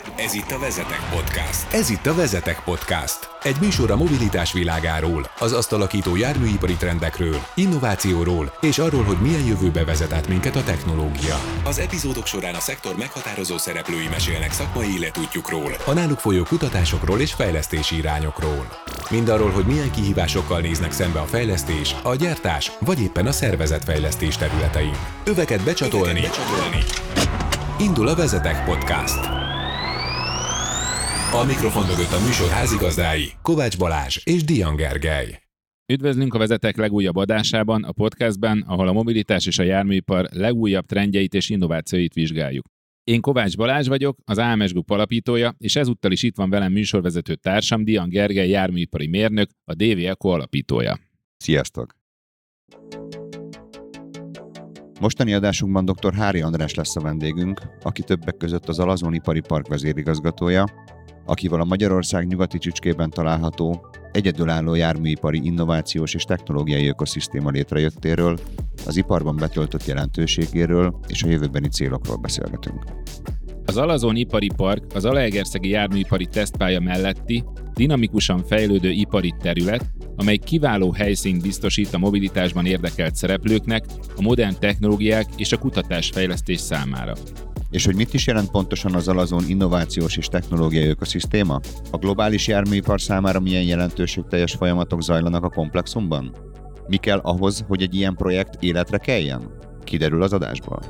Ez itt a Vezetek Podcast. Ez itt a Vezetek Podcast. Egy műsor a mobilitás világáról, az azt alakító járműipari trendekről, innovációról és arról, hogy milyen jövőbe vezet át minket a technológia. Az epizódok során a szektor meghatározó szereplői mesélnek szakmai életútjukról, a náluk folyó kutatásokról és fejlesztési irányokról. Mindarról, hogy milyen kihívásokkal néznek szembe a fejlesztés, a gyártás vagy éppen a szervezetfejlesztés területein. Öveket becsatolni. Indul a Vezetek Podcast. A mikrofon mögött a műsor házigazdái Kovács Balázs és Dian Gergely. Üdvözlünk a Vezetek legújabb adásában, a podcastben, ahol a mobilitás és a járműipar legújabb trendjeit és innovációit vizsgáljuk. Én Kovács Balázs vagyok, az AMS Group alapítója, és ezúttal is itt van velem műsorvezető társam, Dian Gergely, járműipari mérnök, a DV Eco alapítója. Sziasztok! Mostani adásunkban dr. Hári András lesz a vendégünk, aki többek között az Alazon Ipari Park vezérigazgatója, akivel a Magyarország nyugati csücskében található egyedülálló járműipari innovációs és technológiai ökoszisztéma létrejöttéről, az iparban betöltött jelentőségéről és a jövőbeni célokról beszélgetünk. Az Alazon Ipari Park az Zalaegerszegi járműipari tesztpálya melletti, dinamikusan fejlődő ipari terület, amely kiváló helyszínt biztosít a mobilitásban érdekelt szereplőknek, a modern technológiák és a kutatásfejlesztés számára. És hogy mit is jelent pontosan az Alazon innovációs és technológiai ökoszisztéma? A globális járműipar számára milyen jelentőségteljes folyamatok zajlanak a komplexumban? Mi kell ahhoz, hogy egy ilyen projekt életre keljen? Kiderül az adásból.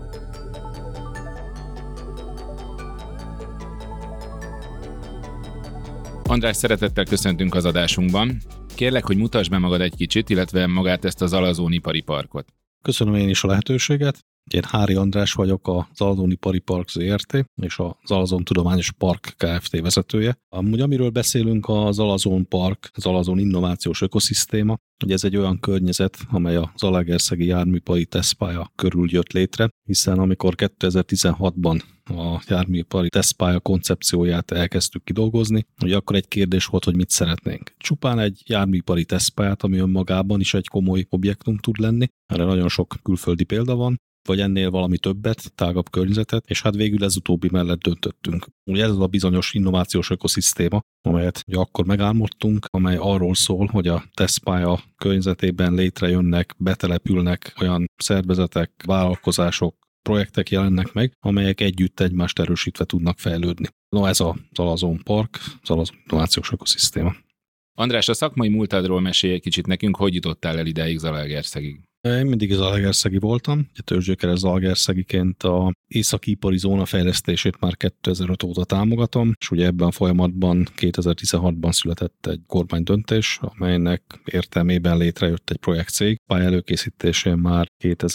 András, szeretettel köszöntünk az adásunkban. Kérlek, hogy mutasd be magad egy kicsit, illetve magát ezt az Alazon Ipari Parkot. Köszönöm én is a lehetőséget. Én Hári András vagyok, az Alazon Ipari Park ZRT és az Alazon Tudományos Park Kft. Vezetője. Amúgy amiről beszélünk, az Alazon Park, az Alazon Innovációs Ökoszisztéma, hogy ez egy olyan környezet, amely a Zalaegerszegi járműipari tesztpálya körül jött létre, hiszen amikor 2016-ban a járműipari tesztpálya koncepcióját elkezdtük kidolgozni, hogy akkor egy kérdés volt, hogy mit szeretnénk. Csupán egy járműipari tesztpályát, ami önmagában is egy komoly objektum tud lenni, erre nagyon sok külföldi példa van, vagy ennél valami többet, tágabb környezetet, és hát végül ez utóbbi mellett döntöttünk. Ugye ez az a bizonyos innovációs ökoszisztéma, amelyet ugye akkor megálmodtunk, amely arról szól, hogy a tesztpálya környezetében létrejönnek, betelepülnek olyan szervezetek, vállalkozások, projektek jelennek meg, amelyek együtt egymást erősítve tudnak fejlődni. No, ez az Alazon Park, az Alazon Innovációs Ökoszisztéma. András, a szakmai múltadról mesélj egy kicsit nekünk, hogy jutottál el ideig Zalaegerszegig? Én mindig zalaegerszegi voltam, tőzsgyökeres zalaegerszegiként az északi ipari zóna fejlesztését már 2005 óta támogatom, és ugye ebben a folyamatban 2016-ban született egy kormánydöntés, amelynek értelmében létrejött egy projektcég. Pálya előkészítésén már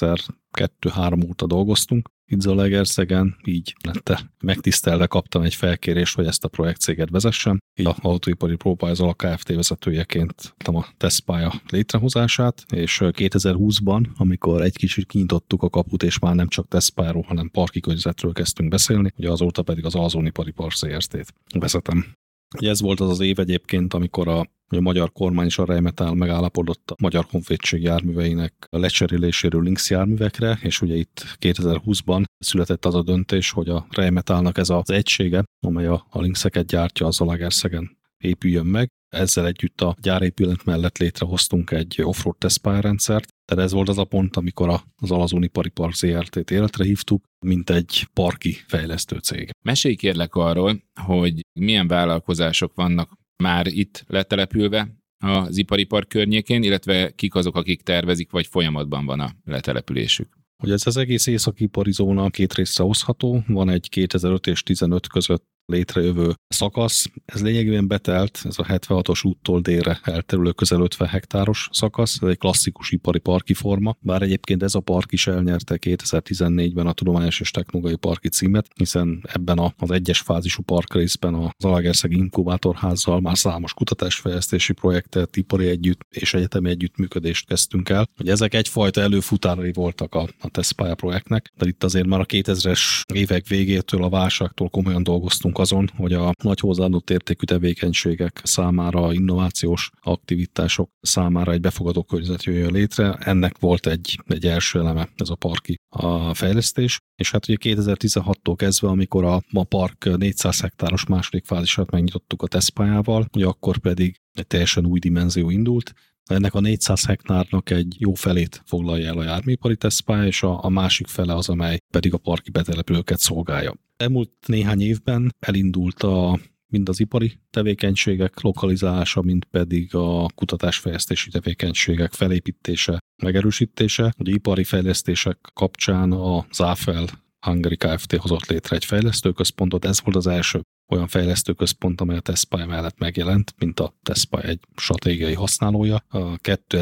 2002-3 óta dolgoztunk. Itt Zalaegerszegen, így lette megtisztelve kaptam egy felkérést, hogy ezt a projektcéget vezessem. Így az Autóipari Próbálkozó Kft. Vezetőjeként adtam a tesztpálya létrehozását, és 2020-ban, amikor egy kicsit kinyitottuk a kaput, és már nem csak tesztpályáról, hanem parki környezetről kezdtünk beszélni, ugye azóta pedig az Alazon Ipari Park ZRT-t vezetem. Ugye ez volt az az év egyébként, amikor a magyar kormány és a Rheinmetall megállapodott a Magyar Honvédség járműveinek a lecseréléséről Lynx járművekre, és ugye itt 2020-ban született az a döntés, hogy a Rheinmetallnak ez az egysége, amely a Lynxeket gyártja, az Zalaegerszegen épüljön meg. Ezzel együtt a gyárépület mellett létrehoztunk egy off-road tesztpályarendszert, tehát ez volt az a pont, amikor az Alazon Ipari Park ZRT-t életre hívtuk, mint egy parki fejlesztő cég. Mesélj kérlek arról, hogy milyen vállalkozások vannak már itt letelepülve az ipari park környékén, illetve kik azok, akik tervezik, vagy folyamatban van a letelepülésük. Ugye ez az egész északi ipari zóna két részre osztható, van egy 2005 és 2015 között létrejövő szakasz. Ez lényegében betelt, ez a 76-os úttól délre elterülő közel 50 hektáros szakasz, ez egy klasszikus ipari parki forma, bár egyébként ez a park is elnyerte 2014-ben a Tudományos és Technológiai Parki címet, hiszen ebben az egyes fázisú parkrészben a Zalaegerszegi Inkubátorházzal már számos kutatásfejlesztési projektet, ipari együtt és egyetemi együttműködést kezdtünk el. Ugye ezek egyfajta előfutárai voltak a tesztpálya projektnek, de itt azért már a 2000-es évek végétől, a válságtól komolyan dolgoztunk dolgozunk azon, hogy a nagy hozzáadott értékű tevékenységek számára, innovációs aktivitások számára egy befogadó környezet jöjjön létre. Ennek volt egy első eleme, ez a parki a fejlesztés. És hát ugye 2016-tól kezdve, amikor a park 400 hektáros második fázisát megnyitottuk a tesztpályával, ugye akkor pedig egy teljesen új dimenzió indult. Ennek a 400 hektárnak egy jó felét foglalja el a járműipari tesztpálya, és a másik fele az, amely pedig a parki betelepülőket szolgálja. Elmúlt néhány évben elindult mind az ipari tevékenységek lokalizálása, mind pedig a kutatásfejlesztési tevékenységek felépítése, megerősítése. Ugye ipari fejlesztések kapcsán az AFEL Hungary Kft. Hozott létre egy fejlesztőközpontot, ez volt az első olyan fejlesztőközpont, amely a tesztpálya mellett megjelent, mint a tesztpálya egy stratégiai használója. A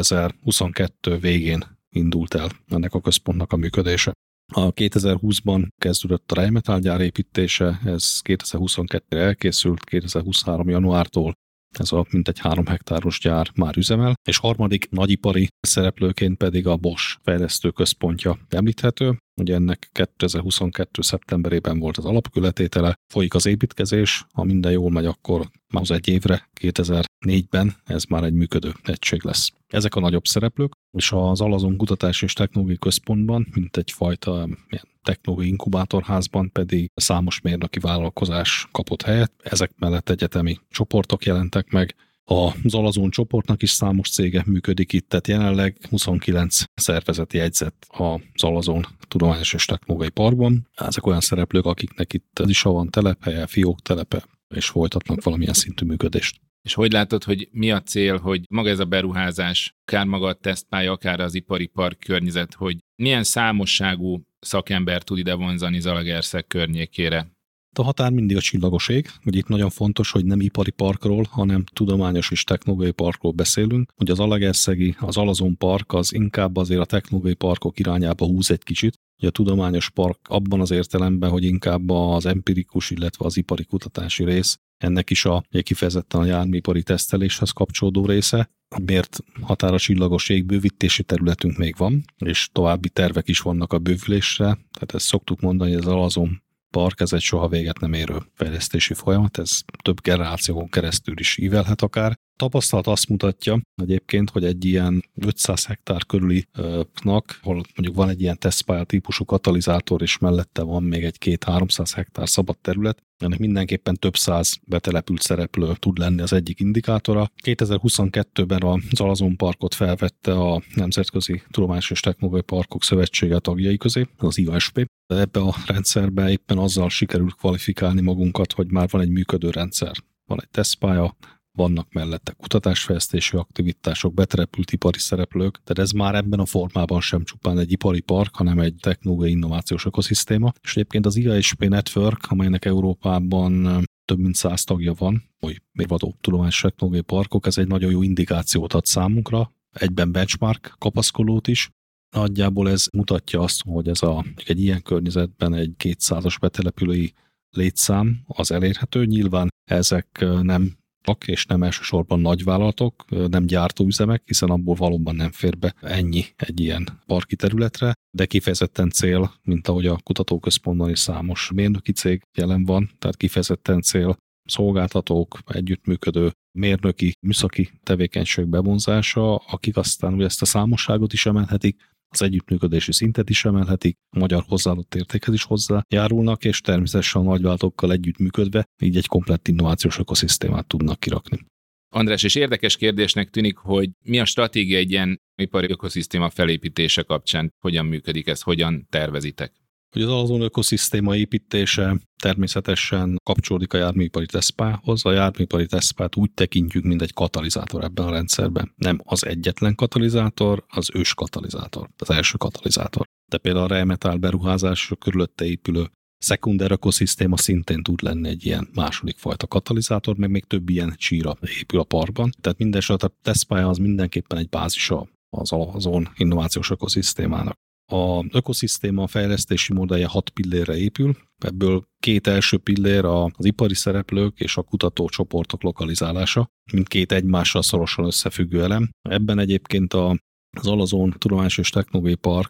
2022 végén indult el ennek a központnak a működése. A 2020-ban kezdődött a Rheinmetall gyár építése, ez 2022-re elkészült, 2023. januártól ez a mintegy 3 hektáros gyár már üzemel, és harmadik nagyipari szereplőként pedig a Bosch fejlesztőközpontja említhető. Ugye ennek 2022. szeptemberében volt az alapkőletétele, folyik az építkezés, ha minden jól megy, akkor már az egy évre, 2004-ben ez már egy működő egység lesz. Ezek a nagyobb szereplők, és az Alazon Kutatási és Technológiai Központban, mint egyfajta technológiai inkubátorházban pedig számos mérnöki vállalkozás kapott helyet. Ezek mellett egyetemi csoportok jelentek meg. Az Alazon csoportnak is számos cége működik itt, tehát jelenleg 29 szervezet jegyzett az Alazon Tudományos és Technológiai Parkban. Ezek olyan szereplők, akiknek itt is van telephelye, fiók telepe, és folytatnak valamilyen szintű működést. És hogy látod, hogy mi a cél, hogy maga ez a beruházás, akár maga a tesztpálya, akár az ipari park környezet, hogy milyen számosságú szakember tud ide vonzani Zalaegerszeg környékére? A határ mindig a csillagos ég, hogy itt nagyon fontos, hogy nem ipari parkról, hanem tudományos és technológiai parkról beszélünk. Ugye az zalaegerszegi, az Alazon park az inkább azért a technológiai parkok irányába húz egy kicsit. Ugye a tudományos park abban az értelemben, hogy inkább az empirikus, illetve az ipari kutatási rész, ennek is kifejezetten a járműipari teszteléshez kapcsolódó része. Miért határa csillagos ég, bővítési területünk még van, és további tervek is vannak a bővülésre. Tehát ezt szoktuk mondani, hogy az Alazon park, ez egy soha véget nem érő fejlesztési folyamat, ez több generáción keresztül is ívelhet akár. Tapasztalat azt mutatja egyébként, hogy egy ilyen 500 hektár körülinak, ahol mondjuk van egy ilyen tesztpálya típusú katalizátor, és mellette van még egy 200-300 hektár szabad terület, ennek mindenképpen több száz betelepült szereplő tud lenni az egyik indikátora. 2022-ben az Alazon parkot felvette a Nemzetközi Tudományos és Technológiai Parkok Szövetsége tagjai közé, az IASP. De ebbe a rendszerbe éppen azzal sikerült kvalifikálni magunkat, hogy már van egy működő rendszer. Van egy tesztpálya, vannak mellette kutatásfejlesztési aktivitások, betelepült ipari szereplők, tehát ez már ebben a formában sem csupán egy ipari park, hanem egy technológiai innovációs ökoszisztéma. És egyébként az IASP Network, amelynek Európában több mint 100 tagja van, oly mérvadó tudományos technológiai parkok, ez egy nagyon jó indikációt ad számunkra, egyben benchmark kapaszkodót is. Nagyjából ez mutatja azt, hogy ez egy ilyen környezetben egy 200-as betelepülői létszám az elérhető. Nyilván ezek nem csak és nem elsősorban nagyvállalatok, nem gyártóüzemek, hiszen abból valóban nem fér be ennyi egy ilyen parki területre, de kifejezetten cél, mint ahogy a kutatóközpontban is számos mérnöki cég jelen van, tehát kifejezetten cél szolgáltatók, együttműködő mérnöki, műszaki tevékenység bevonzása, akik aztán ugye ezt a számosságot is emelhetik, az együttműködési szintet is emelhetik, a magyar hozzáadott értékhez is hozzájárulnak, és természetesen a nagyvállalatokkal együttműködve így egy komplett innovációs ökoszisztémát tudnak kirakni. András, és érdekes kérdésnek tűnik, hogy mi a stratégia egy ilyen ipari ökoszisztéma felépítése kapcsán, hogyan működik ez, hogyan tervezitek? Hogy az Alazon ökoszisztéma építése természetesen kapcsolódik a járműipari tesztpályához. A járműipari tesztpályát úgy tekintjük, mint egy katalizátor ebben a rendszerben. Nem az egyetlen katalizátor, az ős katalizátor, az első katalizátor. De például a Rheinmetall beruházás körülötte épülő szekunder ökoszisztéma szintén tud lenni egy ilyen második fajta katalizátor, meg még több ilyen csíra épül a parkban. Tehát mindenesetre a tesztpálya az mindenképpen egy bázisa az Alazon innovációs ökoszisztémának. A ökoszisztéma fejlesztési modellje 6 pillérre épül, ebből 2 első pillér az ipari szereplők és a kutatócsoportok lokalizálása, mint 2 egymással szorosan összefüggő elem. Ebben egyébként az Alazon Tudományos és Technológiai Park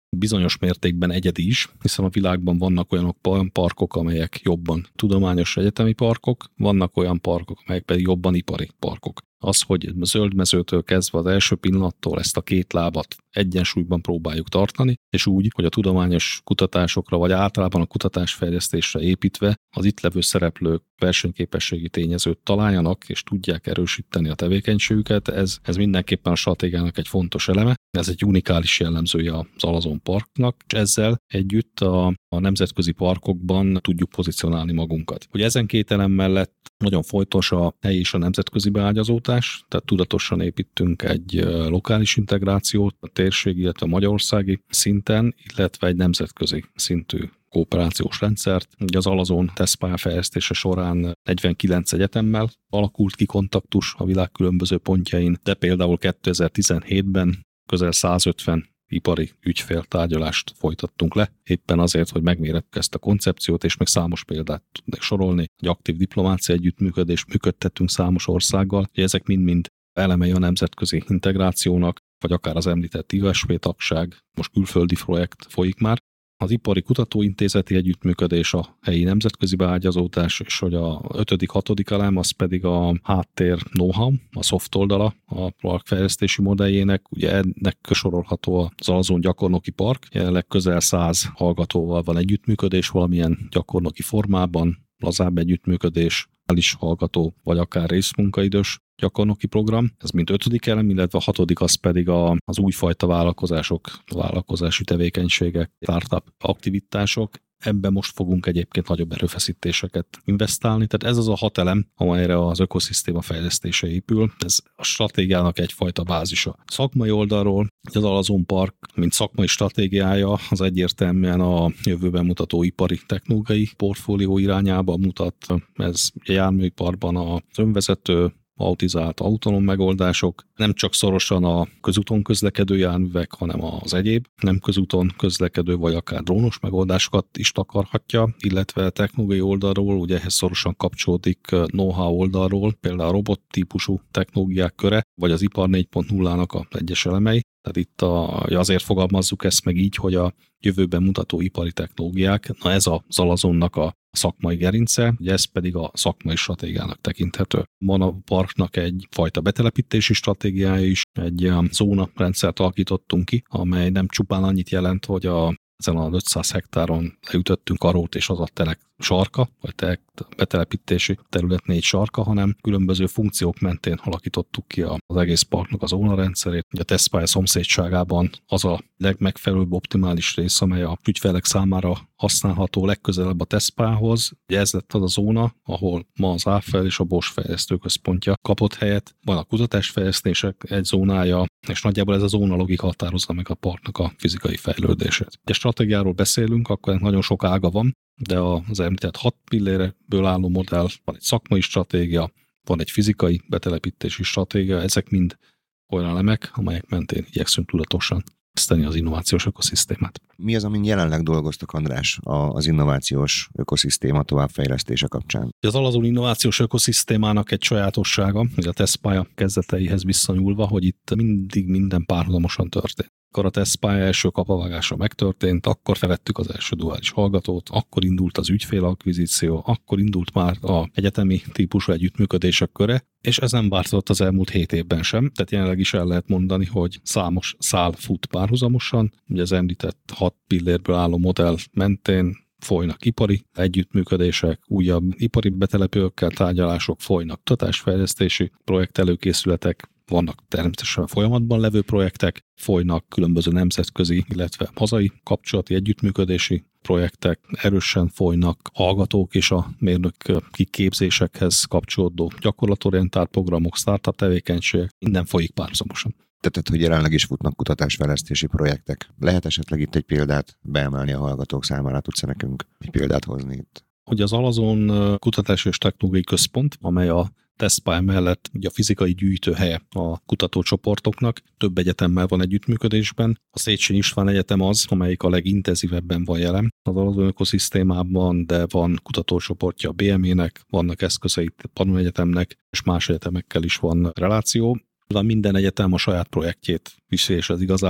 bizonyos mértékben egyedi is, hiszen a világban vannak olyan parkok, amelyek jobban tudományos egyetemi parkok, vannak olyan parkok, amelyek pedig jobban ipari parkok. Az, hogy a zöldmezőtől kezdve az első pillanattól ezt a két lábat egyensúlyban próbáljuk tartani, és úgy, hogy a tudományos kutatásokra, vagy általában a kutatásfejlesztésre építve az itt levő szereplők versenyképességi tényezőt találjanak, és tudják erősíteni a tevékenységüket, ez mindenképpen a stratégiának egy fontos eleme. Ez egy unikális jellemzője az Alazon Parknak, és ezzel együtt a nemzetközi parkokban tudjuk pozícionálni magunkat. Hogy ezen két elem mellett nagyon fontos a helyi és a nemzetközi beágyazódás, tehát tudatosan építünk egy lokális integrációt a térség, illetve a magyarországi szinten, illetve egy nemzetközi szintű kooperációs rendszert. Ugye az Alazon tesztpályafejlesztése során 49 egyetemmel alakult ki kontaktus a világ különböző pontjain, de például 2017-ben közel 150 ipari ügyféltárgyalást folytattunk le, éppen azért, hogy megmérettük ezt a koncepciót, és meg számos példát tudnék sorolni. Egy aktív diplomácia együttműködést működtettünk számos országgal, hogy ezek mind-mind elemei a nemzetközi integrációnak, vagy akár az említett IOSP tagság, most külföldi projekt folyik már. Az ipari kutatóintézeti együttműködés, a helyi nemzetközi beágyazódás, és hogy a 5.-6. elem, az pedig a háttér know-how, a soft oldala a parkfejlesztési modelljének. Ugye ennek sorolható az Alazon gyakornoki park, jelenleg közel 100 hallgatóval van együttműködés valamilyen gyakornoki formában, lazább együttműködés, is hallgató, vagy akár részmunkaidős gyakornoki program. Ez mint 5. elem, illetve a 6. az pedig az újfajta vállalkozások, vállalkozási tevékenységek, startup aktivitások. Ebben most fogunk egyébként nagyobb erőfeszítéseket investálni. Tehát ez az a 6 elem, amelyre az ökoszisztéma fejlesztése épül. Ez a stratégiának egyfajta bázisa. Szakmai oldalról az Alazon Park, mint szakmai stratégiája, az egyértelműen a jövőben mutató ipari technológiai portfólió irányába mutat. Ez a járműiparban az önvezető, autizált autonóm megoldások, nem csak szorosan a közúton közlekedő járművek, hanem az egyéb nem közúton közlekedő, vagy akár drónos megoldásokat is takarhatja, illetve technológiai oldalról, ugye ehhez szorosan kapcsolódik know-how oldalról, például a robot típusú technológiák köre, vagy az ipar 4.0-nak a egyes elemei. Tehát itt azért fogalmazzuk ezt meg így, hogy a jövőben mutató ipari technológiák, na ez az Alazonnak a szakmai gerince, ugye ez pedig a szakmai stratégiának tekinthető. Van a parknak egyfajta betelepítési stratégiája is, egy zóna rendszert alakítottunk ki, amely nem csupán annyit jelent, hogy ezen a 500 hektáron leütöttünk arót, és az a telek sarka, vagy betelepítési terület 4 sarka, hanem különböző funkciók mentén alakítottuk ki az egész parknak a zónarendszerét. Ugye a tesztpálya szomszédságában az a legmegfelelőbb optimális rész, amely a ügyfelek számára használható legközelebb a tesztpályához. Ugye ez lett az a zóna, ahol ma az AFL és a Bosch fejlesztőközpontja kapott helyet. Van a kutatásfejlesztések egy zónája, és nagyjából ez a zóna logika határozza meg a parknak a fizikai fejlődését. Ha stratégiáról beszélünk, akkor nagyon sok ága van, de az említett 6 pillérből álló modell, van egy szakmai stratégia, van egy fizikai betelepítési stratégia, ezek mind olyan elemek, amelyek mentén igyekszünk tudatosan teszteni az innovációs ökoszisztémát. Mi az, amin jelenleg dolgoztak, András, az innovációs ökoszisztéma továbbfejlesztése kapcsán? Az Alazon innovációs ökoszisztémának egy sajátossága, hogy a tesztpálya kezdeteihez visszanyúlva, hogy itt mindig minden párhuzamosan történt. Akkor a tesztpálya első kapavágása megtörtént, akkor felvettük az első duális hallgatót, akkor indult az ügyfélakvizíció, akkor indult már az egyetemi típusú együttműködések köre, és ez nem változott az elmúlt 7 évben sem, tehát jelenleg is el lehet mondani, hogy számos szál fut párhuzamosan, ugye az említett 6 pillérből álló modell mentén folynak ipari együttműködések, újabb ipari betelepülőkkel tárgyalások, folynak kutatásfejlesztési projekt előkészületek, vannak természetesen folyamatban levő projektek, folynak különböző nemzetközi, illetve hazai kapcsolati együttműködési projektek, erősen folynak hallgatók és a mérnök kiképzésekhez kapcsolódó gyakorlatorientált programok, startup tevékenységek, minden folyik párhuzamosan. Tehát, hogy jelenleg is futnak kutatásfejlesztési projektek. Lehet esetleg itt egy példát beemelni a hallgatók számára, tudsz nekünk egy példát hozni itt? Ugye az Alazon Kutatási és Technológiai Központ, amely a tesztpálya mellett ugye a fizikai gyűjtőhelye a kutatócsoportoknak, több egyetemmel van együttműködésben. A Széchenyi István Egyetem az, amelyik a legintenzívebben van jelen az Alazon ökoszisztémában, de van kutatócsoportja a BME-nek, vannak eszközei a Pannón Egyetemnek, és más egyetemekkel is van reláció. Minden egyetem a saját projektjét viszi, és ez igazán a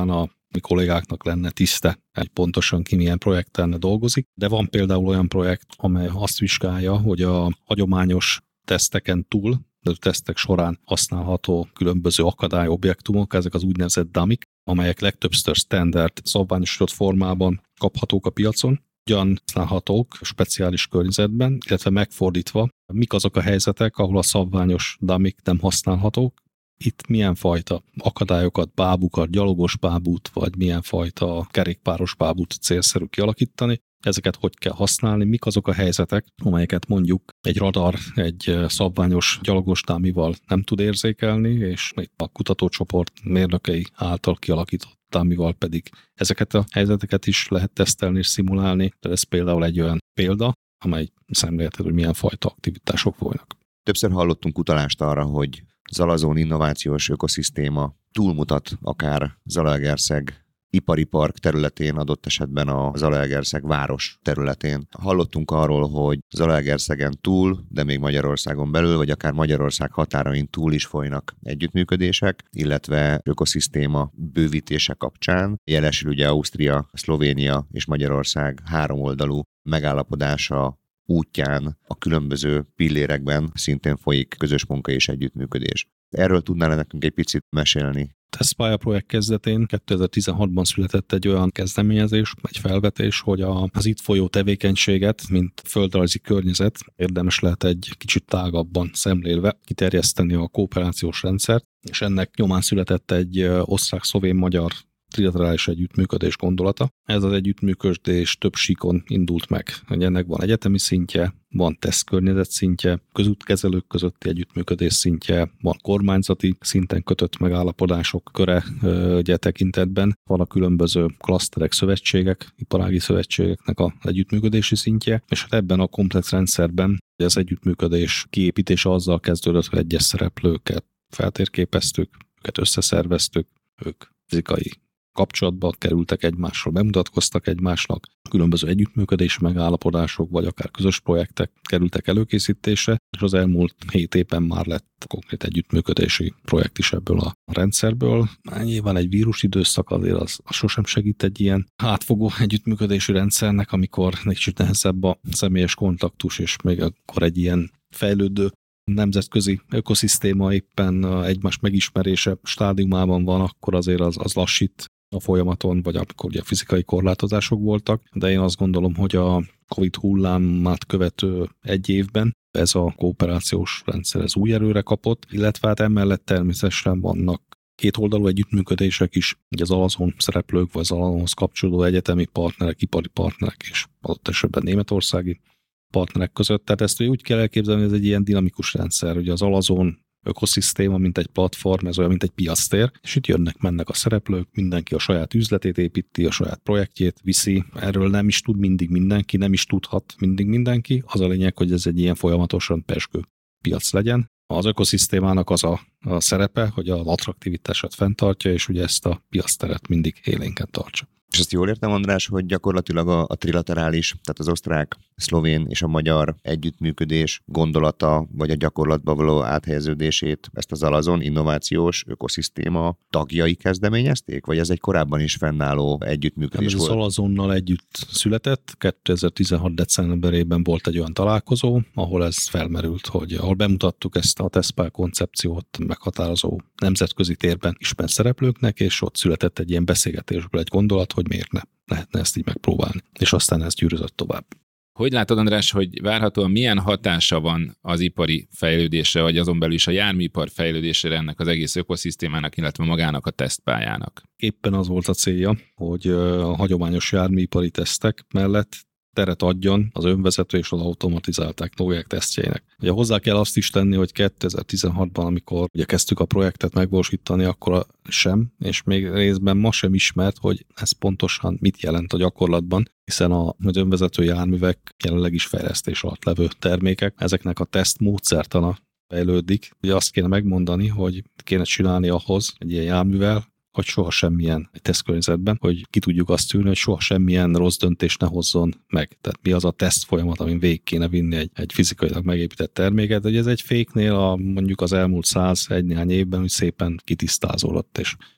mi kollégáknak lenne tiszte, hogy pontosan ki milyen projekten dolgozik, de van például olyan projekt, amely azt vizsgálja, hogy a hagyományos teszteken túl, de a tesztek során használható különböző akadályobjektumok, ezek az úgynevezett dummy-k, amelyek legtöbbször standard szabványosított formában kaphatók a piacon, ugyan használhatók speciális környezetben, illetve megfordítva, mik azok a helyzetek, ahol a szabványos dummy-k nem használhatók. Itt milyen fajta akadályokat, bábukat, gyalogos bábút, vagy milyen fajta kerékpáros bábút célszerű kialakítani. Ezeket hogy kell használni, mik azok a helyzetek, amelyeket mondjuk egy radar egy szabványos gyalogos dummy-val nem tud érzékelni, és a kutatócsoport mérnökei által kialakított dummy-val pedig ezeket a helyzeteket is lehet tesztelni és szimulálni. De ez például egy olyan példa, amely szemlélhető, hogy milyen fajta aktivitások folynak. Többször hallottunk utalást arra, hogy Zalazón innovációs ökoszisztéma túlmutat akár Zalaegerszeg ipari park területén, adott esetben a Zalaegerszeg város területén. Hallottunk arról, hogy Zalaegerszegen túl, de még Magyarországon belül, vagy akár Magyarország határain túl is folynak együttműködések, illetve ökoszisztéma bővítése kapcsán. Jelesül ugye Ausztria, Szlovénia és Magyarország háromoldalú megállapodása útján a különböző pillérekben szintén folyik közös munka és együttműködés. Erről tudnál nekünk egy picit mesélni? TESZPÁLYA projekt kezdetén 2016-ban született egy olyan kezdeményezés, egy felvetés, hogy az itt folyó tevékenységet, mint földrajzi környezet érdemes lehet egy kicsit tágabban szemlélve kiterjeszteni a kooperációs rendszert, és ennek nyomán született egy osztrák-szlovén-magyar trilaterális együttműködés gondolata. Ez az együttműködés több síkon indult meg. Ennek van egyetemi szintje, van tesztkörnyezet szintje, közútkezelők közötti együttműködés szintje, van kormányzati szinten kötött megállapodások köre ugye tekintetben, van a különböző klaszterek, szövetségek, iparági szövetségeknek az együttműködési szintje, és ebben a komplex rendszerben az együttműködés kiépítése azzal kezdődött, hogy egyes szereplőket feltérképeztük, őket összeszerveztük, ők fizikai kapcsolatba kerültek egymással, bemutatkoztak egymásnak, különböző együttműködési megállapodások, vagy akár közös projektek kerültek előkészítésre, és az elmúlt 7 évben már lett konkrét együttműködési projekt is ebből a rendszerből. Nyilván egy vírus időszak azért az sosem segít egy ilyen átfogó együttműködési rendszernek, amikor egy kicsit nehezebb a személyes kontaktus, és még akkor egy ilyen fejlődő nemzetközi ökoszisztéma éppen egymás megismerése stádiumában van, akkor azért az lassít a folyamaton, vagy amikor ugye fizikai korlátozások voltak, de én azt gondolom, hogy a Covid hullámát követő egy évben ez a kooperációs rendszer ez új erőre kapott, illetve hát emellett természetesen vannak kétoldalú együttműködések is, ugye az Alazon szereplők, vagy az Alazonhoz kapcsolódó egyetemi partnerek, ipari partnerek és adott esetben németországi partnerek között. Tehát ezt úgy kell elképzelni, hogy ez egy ilyen dinamikus rendszer, ugye az Alazon ökoszisztéma, mint egy platform, ez olyan, mint egy piactér, és itt jönnek-mennek a szereplők, mindenki a saját üzletét építi, a saját projektjét viszi, erről nem is tud mindig mindenki, nem is tudhat mindig mindenki, az a lényeg, hogy ez egy ilyen folyamatosan pezsgő piac legyen. Az ökoszisztémának az a szerepe, hogy az attraktivitását fenntartja, és ugye ezt a piacteret mindig élénken tartsa. És azt jól értem, András, hogy gyakorlatilag a trilaterális, tehát az osztrák, szlovén és a magyar együttműködés gondolata, vagy a gyakorlatba való áthelyeződését ezt az Alazon innovációs ökoszisztéma tagjai kezdeményezték? Vagy ez egy korábban is fennálló együttműködés volt? Az Alazonnal együtt született. 2016. decemberében volt egy olyan találkozó, ahol ez felmerült, ahol bemutattuk ezt a TESZPÁLYA koncepciót meghatározó nemzetközi térben ismert szereplőknek, és ott született egy ilyen beszélgetésből egy gondolat, hogy miért ne lehetne ezt így megpróbálni. És aztán ez gyűrűzött tovább. Hogy látod, András, hogy várhatóan milyen hatása van az ipari fejlődésre, vagy azon belül is a járműipar fejlődésére ennek az egész ökoszisztémának, illetve magának a tesztpályának? Éppen az volt a célja, hogy a hagyományos járműipari tesztek mellett teret adjon az önvezető és az automatizált technológiák tesztjeinek. Ugye hozzá kell azt is tenni, hogy 2016-ban, amikor ugye kezdtük a projektet megvalósítani, akkor sem, és még részben ma sem ismert, hogy ez pontosan mit jelent a gyakorlatban, hiszen az önvezető járművek jelenleg is fejlesztés alatt levő termékek, ezeknek a teszt módszertana fejlődik. Ugye azt kéne megmondani, hogy kéne csinálni ahhoz egy ilyen járművel, hogy soha semmilyen egy tesztkörnyezetben, hogy ki tudjuk azt tűrni, hogy soha semmilyen rossz döntést ne hozzon meg. Tehát mi az a teszt folyamat, amin végig kéne vinni egy fizikailag megépített terméket, hogy ez egy féknél mondjuk az elmúlt 101 néhány évben úgy szépen kitisztázódott, és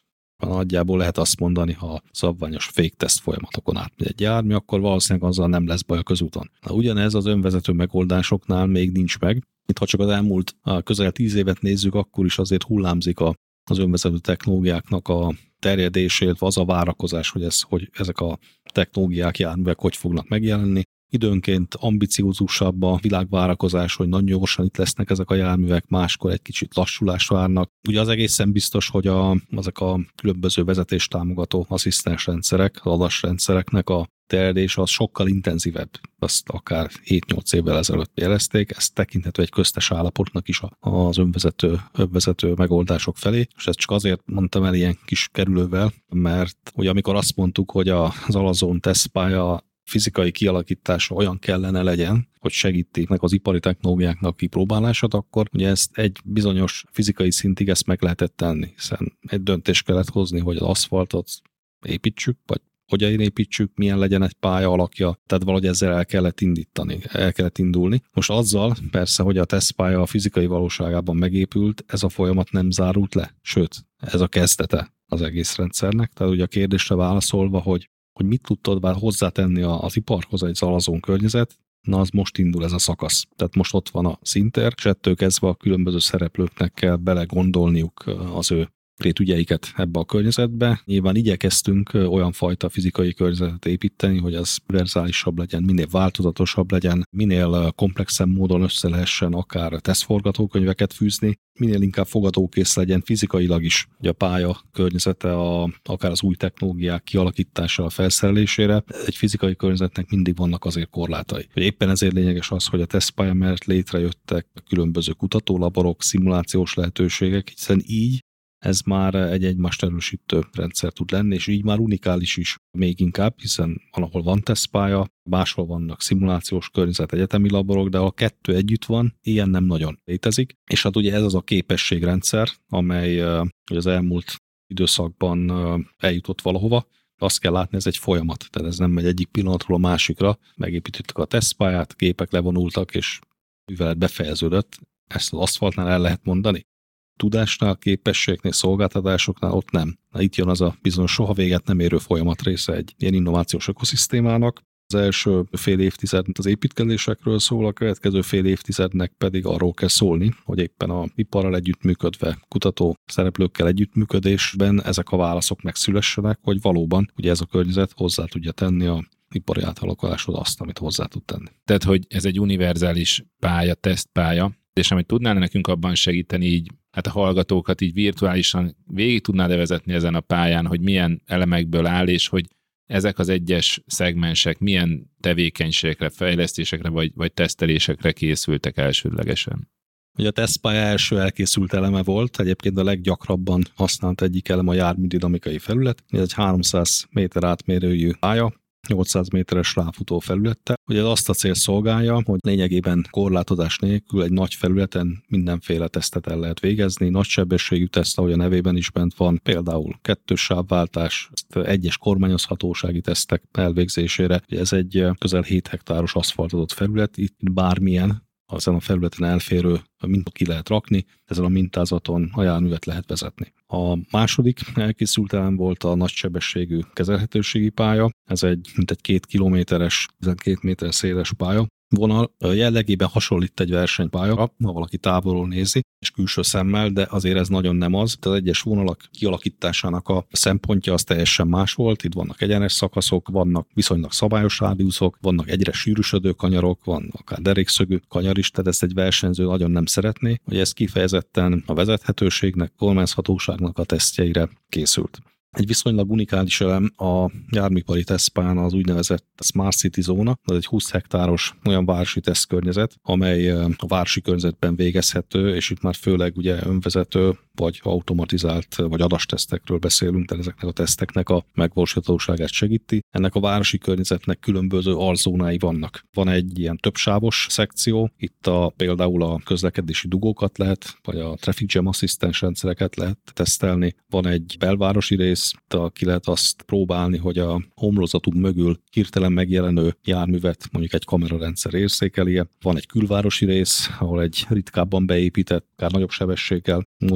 Nagyjából lehet azt mondani, ha szabványos fékteszt folyamatokon átmegy egy jármű, akkor valószínűleg azzal nem lesz baj a közúton. Ugyanez az önvezető megoldásoknál még nincs meg. Itt ha csak az elmúlt közel 10 évet nézzük, akkor is azért hullámzik az önvezető technológiáknak a terjedését, az a várakozás, hogy ezek a technológiák, járművek hogy fognak megjelenni. Időnként ambiciózusabb a világvárakozás, hogy nagyon gyorsan itt lesznek ezek a járművek, máskor egy kicsit lassulást várnak. Ugye az egészen biztos, hogy ezek a különböző vezetéstámogató asszisztens rendszerek, az adásrendszereknek a terjedés az sokkal intenzívebb. Azt akár 7-8 évvel ezelőtt jelezték, ez tekinthető egy köztes állapotnak is az önvezető megoldások felé, és ezt csak azért mondtam el ilyen kis kerülővel, mert ugye amikor azt mondtuk, hogy az Alazon tesztpálya fizikai kialakítása olyan kellene legyen, hogy segíti meg az ipari technológiáknak kipróbálását, akkor ugye ezt egy bizonyos fizikai szintig ezt meg lehetett tenni, hiszen egy döntést kellett hozni, hogy az aszfaltot építsük, vagy hogyan építsük, milyen legyen egy pálya alakja, tehát valahogy ezzel el kellett indulni. Most azzal persze, hogy a tesztpálya a fizikai valóságában megépült, ez a folyamat nem zárult le, sőt, ez a kezdete az egész rendszernek. Tehát ugye a kérdésre válaszolva, hogy mit tudtad hozzátenni az iparhoz egy Alazon környezet, na az most indul ez a szakasz. Tehát most ott van a szinter, és ettől kezdve a különböző szereplőknek kell belegondolniuk az ő ügyeiket ebbe a környezetbe. Nyilván igyekeztünk olyan fajta fizikai környezetet építeni, hogy az univerzálisabb legyen, minél változatosabb legyen, minél komplexebb módon össze lehessen akár tesztforgatókönyveket fűzni, minél inkább fogadókész legyen fizikailag is, hogy a pálya környezete, akár az új technológiák kialakítása, a felszerelésére. Egy fizikai környezetnek mindig vannak azért korlátai. Éppen ezért lényeges az, hogy a tesztpálya mellett létrejöttek különböző kutatólaborok, szimulációs lehetőségek, hiszen így ez már egy egymást erősítő rendszer tud lenni, és így már unikális is még inkább, hiszen valahol van tesztpálya, máshol vannak szimulációs környezet, egyetemi laborok, de a kettő együtt van, ilyen nem nagyon létezik. És hát ugye ez az a képességrendszer, amely az elmúlt időszakban eljutott valahova. Azt kell látni, ez egy folyamat, tehát ez nem megy egyik pillanatról a másikra. Megépítettük a tesztpályát, gépek levonultak, és művelet befejeződött. Ezt az aszfaltnál el lehet mondani. Tudásnál, képességnél, szolgáltatásoknál ott nem. Itt jön az a bizonyos soha véget nem érő folyamat része egy ilyen innovációs ökoszisztémának. Az első fél évtized az építkezésekről szól, a következő fél évtizednek pedig arról kell szólni, hogy éppen a iparral együttműködve, kutató szereplőkkel együttműködésben ezek a válaszok megszülessenek, hogy valóban ugye ez a környezet hozzá tudja tenni a ipari átalakuláshoz azt, amit hozzá tud tenni. Tehát, hogy ez egy univerzális pálya, tesztpálya, és amit tudnál nekünk abban segíteni így, hát a hallgatókat így virtuálisan végig tudnád vezetni ezen a pályán, hogy milyen elemekből áll, és hogy ezek az egyes szegmensek milyen tevékenységekre, fejlesztésekre vagy tesztelésekre készültek elsődlegesen. Ugye a tesztpálya első elkészült eleme volt, egyébként a leggyakrabban használt egyik elem a járműdinamikai felület. Ez egy 300 méter átmérőjű pálya, 800 méteres ráfutó felülettel. Ugye ez azt a cél szolgálja, hogy lényegében korlátozás nélkül egy nagy felületen mindenféle tesztet el lehet végezni. Nagy sebességű teszt, ahogy a nevében is bent van, például kettős sávváltás, egyes kormányozhatósági tesztek elvégzésére. Ugye ez egy közel 7 hektáros aszfaltozott felület, itt bármilyen ezen a felületen elférő mintot ki lehet rakni, ezen a mintázaton a járművet lehet vezetni. A második elkészült elem volt a nagysebességű kezelhetőségi pálya. Ez egy mintegy 2 kilométeres, 12 méter széles pálya vonal. Jellegében hasonlít egy versenypálya, ha valaki távolról nézi, és külső szemmel, de azért ez nagyon nem az. Az egyes vonalak kialakításának a szempontja az teljesen más volt. Itt vannak egyenes szakaszok, vannak viszonylag szabályos rádiuszok, vannak egyre sűrűsödő kanyarok, van akár derékszögű kanyar is, tehát ezt egy versenyző nagyon nem szeretné, hogy ez kifejezetten a vezethetőségnek, kormányzhatóságnak a tesztjeire készült. Egy viszonylag unikális elem a járműipari tesztpályán az úgynevezett Smart City zóna, ez egy 20 hektáros olyan városi tesztkörnyezet, amely a városi környezetben végezhető, és itt már főleg ugye önvezető, vagy automatizált, vagy adastesztekről beszélünk, tehát ezeknek a teszteknek a megvalósíthatóságát segíti. Ennek a városi környezetnek különböző alzónái vannak. Van egy ilyen többsávos szekció, itt például a közlekedési dugókat lehet, vagy a traffic jam asszisztens rendszereket lehet tesztelni. Van egy belvárosi rész, ki lehet azt próbálni, hogy a homlokzatunk mögül hirtelen megjelenő járművet mondjuk egy kamerarendszer érzékelje. Van egy külvárosi rész, ahol egy ritkábban beépített, akár nagyobb sebességgel mozgó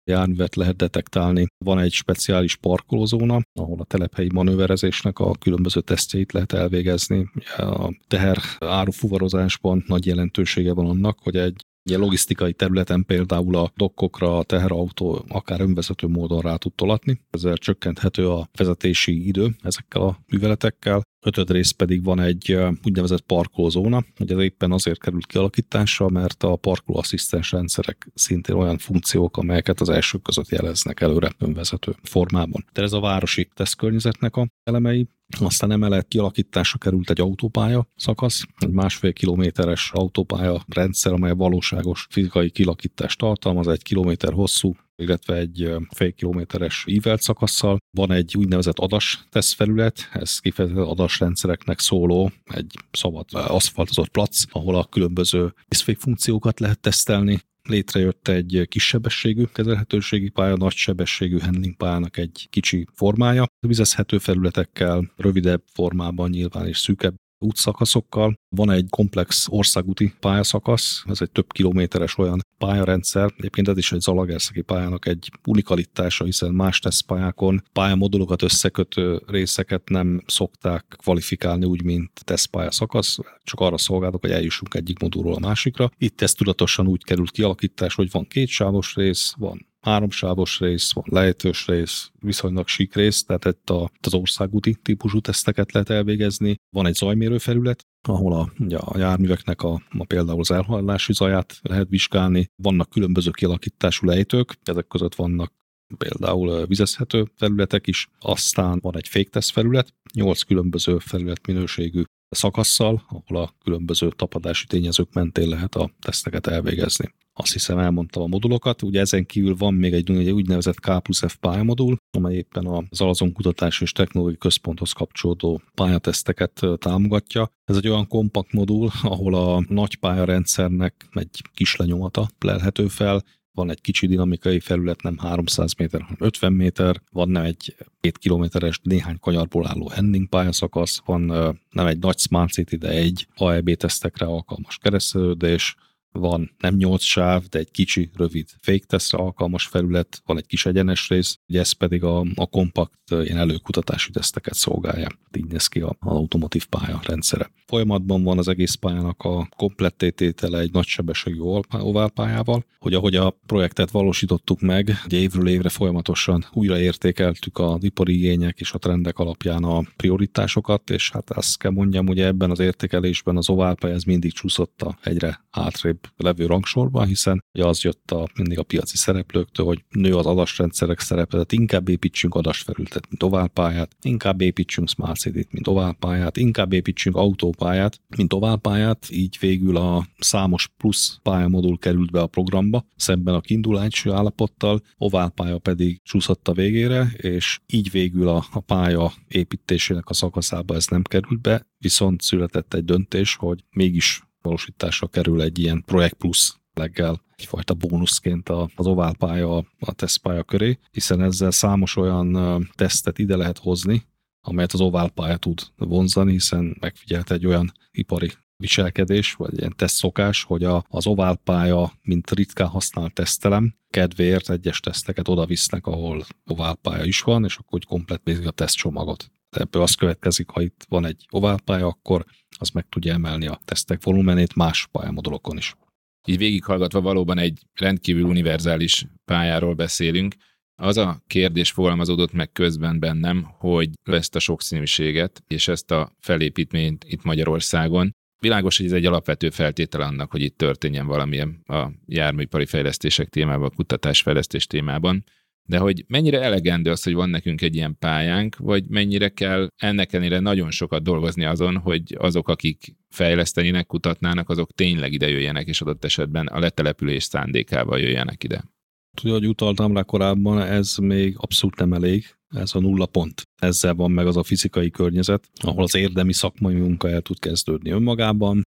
járművet lehet detektálni. Van egy speciális parkolózóna, ahol a telephelyi manőverezésnek a különböző tesztjeit lehet elvégezni. A teher árufuvarozásban nagy jelentősége van annak, hogy egy ilyen logisztikai területen például a dokkokra a teherautó akár önvezető módon rá tud tolatni. Ezzel csökkenthető a vezetési idő ezekkel a műveletekkel. 5. rész pedig van egy úgynevezett parkolózóna, hogy ez éppen azért került kialakításra, mert a parkolóasszisztens rendszerek szintén olyan funkciók, amelyeket az elsők között jeleznek előre önvezető formában. De ez a városi tesztkörnyezetnek a elemei. Aztán emellett kialakításra került egy autópálya szakasz, egy 1,5 kilométeres autópálya rendszer, amely valóságos fizikai kilakítást tartalmaz, 1 kilométer hosszú, illetve egy fél kilométeres ívelt szakasszal. Van egy úgynevezett ADAS tesztfelület, ez kifejezetten ADAS rendszereknek szóló egy szabad aszfaltozott plac, ahol a különböző funkciókat lehet tesztelni. Létrejött egy kisebbességű kezelhetőségi pálya, nagy sebességű handling pályának egy kicsi formája. Vizezhető felületekkel, rövidebb formában nyilván és szűkebb útszakaszokkal. Van egy komplex országúti pályaszakasz, ez egy több kilométeres olyan pályarendszer. Egyébként ez is egy zalaegerszegi pályának egy unikalitása, hiszen más tesztpályákon pályamodulokat összekötő részeket nem szokták kvalifikálni úgy, mint tesztpályaszakasz, csak arra szolgálnak, hogy eljussunk egyik modulról a másikra. Itt ez tudatosan úgy került kialakítás, hogy van 2 sávos rész, van 3 sávos rész, van lejtős rész, viszonylag sík rész, tehát itt az országúti típusú teszteket lehet elvégezni. Van egy zajmérő felület, ahol a járműveknek például az elhallási zaját lehet vizsgálni. Vannak különböző kialakítású lejtők, ezek között vannak például vizezhető felületek is, aztán van egy fékteszt felület, 8 különböző felületminőségű szakasszal, ahol a különböző tapadási tényezők mentén lehet a teszteket elvégezni. Azt hiszem, elmondtam a modulokat. Ugye ezen kívül van még egy úgynevezett K+F pályamodul, amely éppen az Alazon Kutatási és Technológiai Központhoz kapcsolódó pályateszteket támogatja. Ez egy olyan kompakt modul, ahol a nagy pályarendszernek egy kis lenyomata lelhető fel. Van egy kicsi dinamikai felület, nem 300 méter, hanem 50 méter, van egy 2 kilométeres néhány kanyarból álló handling pályaszakasz, van nem egy nagy Smart City, de egy AEB tesztekre alkalmas keresztelődés, van nem 8 sáv, de egy kicsi, rövid fake tesztre alkalmas felület, van egy kis egyenes rész, ugye ez pedig a kompakt ilyen előkutatási teszteket szolgálja. Így néz ki az automotív pálya rendszere. Folyamatban van az egész pályának a komplettététele egy nagysebességű oválpályával, hogy ahogy a projektet valósítottuk meg, ugye évről évre folyamatosan újraértékeltük az ipari igények és a trendek alapján a prioritásokat, és hát azt kell mondjam, hogy ebben az értékelésben az oválpálya ez mindig csúszott a egyre hátrébb levő rangsorban, hiszen ugye az jött mindig a piaci szereplőktől, hogy nő az adasrendszerek szerepe, tehát inkább építsünk adasfelületet, mint oválpályát, inkább építsünk Smart City-t, mint oválpályát, inkább építsünk autópályát, mint oválpályát, így végül a számos plusz pályamodul került be a programba, szemben a kiindulási állapottal, oválpálya pedig csúszott a végére, és így végül a pálya építésének a szakaszába ez nem került be, viszont született egy döntés, hogy mégis valósításra kerül egy ilyen Projekt Plus leggel egyfajta bónuszként az oválpálya a tesztpálya köré, hiszen ezzel számos olyan tesztet ide lehet hozni, amelyet az oválpálya tud vonzani, hiszen megfigyelt egy olyan ipari viselkedés, vagy ilyen tesztszokás, hogy az oválpálya, mint ritkán használt tesztelem, kedvéért egyes teszteket oda visznek, ahol oválpálya is van, és akkor komplet végzik a tesztcsomagot. Ebből az következik, ha itt van egy oválpálya, akkor az meg tudja emelni a tesztek volumenét más pályamodulokon is. Így végighallgatva valóban egy rendkívül univerzális pályáról beszélünk. Az a kérdés fogalmazódott meg közben bennem, hogy ezt a sokszínűséget és ezt a felépítményt itt Magyarországon, világos, hogy ez egy alapvető feltétel annak, hogy itt történjen valamilyen a járműipari fejlesztések témában, a kutatásfejlesztés témában, de hogy mennyire elegendő az, hogy van nekünk egy ilyen pályánk, vagy mennyire kell ennek ellenére nagyon sokat dolgozni azon, hogy azok, akik fejlesztenének, kutatnának, azok tényleg ide jöjjenek, és adott esetben a letelepülés szándékával jöjjenek ide. Tudja, hogy utaltam rá korábban, ez még abszolút nem elég, ez a 0 pont. Ezzel van meg az a fizikai környezet, ahol az érdemi szakmai munka el tud kezdődni önmagában.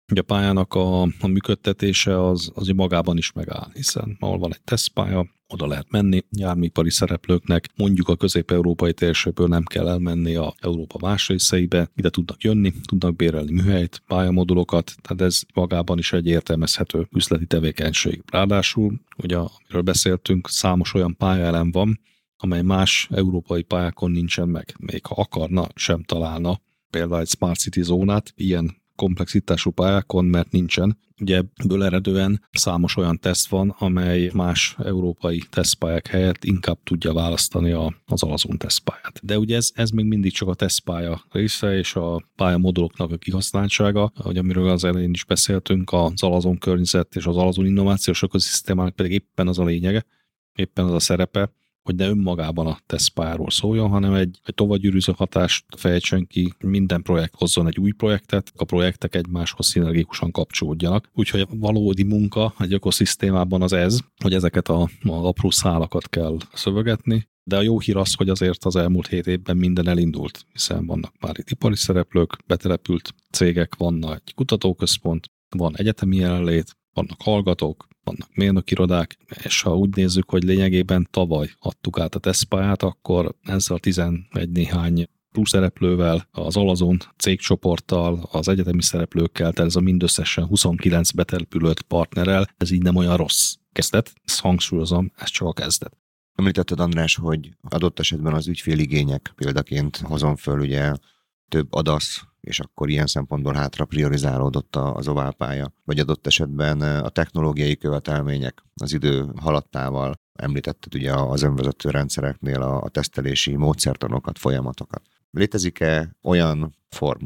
Ugye a pályának a működtetése az magában is megáll, hiszen ahol van egy tesztpálya, oda lehet menni járműipari szereplőknek, mondjuk a közép-európai térségből nem kell elmenni a Európa más részeibe, ide tudnak jönni, tudnak bérelni műhelyt, pályamodulokat, tehát ez magában is egy értelmezhető üzleti tevékenység. Ráadásul, ugye amiről beszéltünk, számos olyan pályaelem van, amely más európai pályákon nincsen meg. Még ha akarna, sem találna például egy Smart City zónát ilyen komplexitású pályákon, mert nincsen. Ugye ebből eredően számos olyan teszt van, amely más európai tesztpályák helyett inkább tudja választani az Alazon tesztpályát. De ugye ez még mindig csak a tesztpálya része, és a pályamoduloknak a kihasználtsága, ahogy amiről az elején is beszéltünk, az Alazon környezet és az Alazon innovációs ökoszisztémának pedig éppen az a lényege, éppen az a szerepe, hogy ne önmagában a tesztpályáról szóljon, hanem egy tovagyűrűző hatást fejtsen ki, minden projekt hozzon egy új projektet, a projektek egymáshoz szinergikusan kapcsolódjanak. Úgyhogy a valódi munka egy ökoszisztémában az ez, hogy ezeket az apró szálakat kell szövegetni, de a jó hír az, hogy azért az elmúlt 7 évben minden elindult, hiszen vannak már itt ipari szereplők, betelepült cégek, van egy kutatóközpont, van egyetemi jelenlét, vannak hallgatók, vannak mérnökirodák, és ha úgy nézzük, hogy lényegében tavaly adtuk át a tesztpályát, akkor ezzel a 11 néhány plusz szereplővel, az Alazon cégcsoporttal, az egyetemi szereplőkkel, tehát ez a mindösszesen 29 betelepülött partnerrel, ez így nem olyan rossz kezdet. Ezt hangsúlyozom, ez csak a kezdet. Említetted, András, hogy adott esetben az ügyféligények példaként hozom föl, ugye több adasz, és akkor ilyen szempontból hátra priorizálódott az oválpálya, vagy adott esetben a technológiai követelmények az idő haladtával. Említetted ugye az önvezető rendszereknél a tesztelési módszertanokat, folyamatokat. Létezik-e olyan form,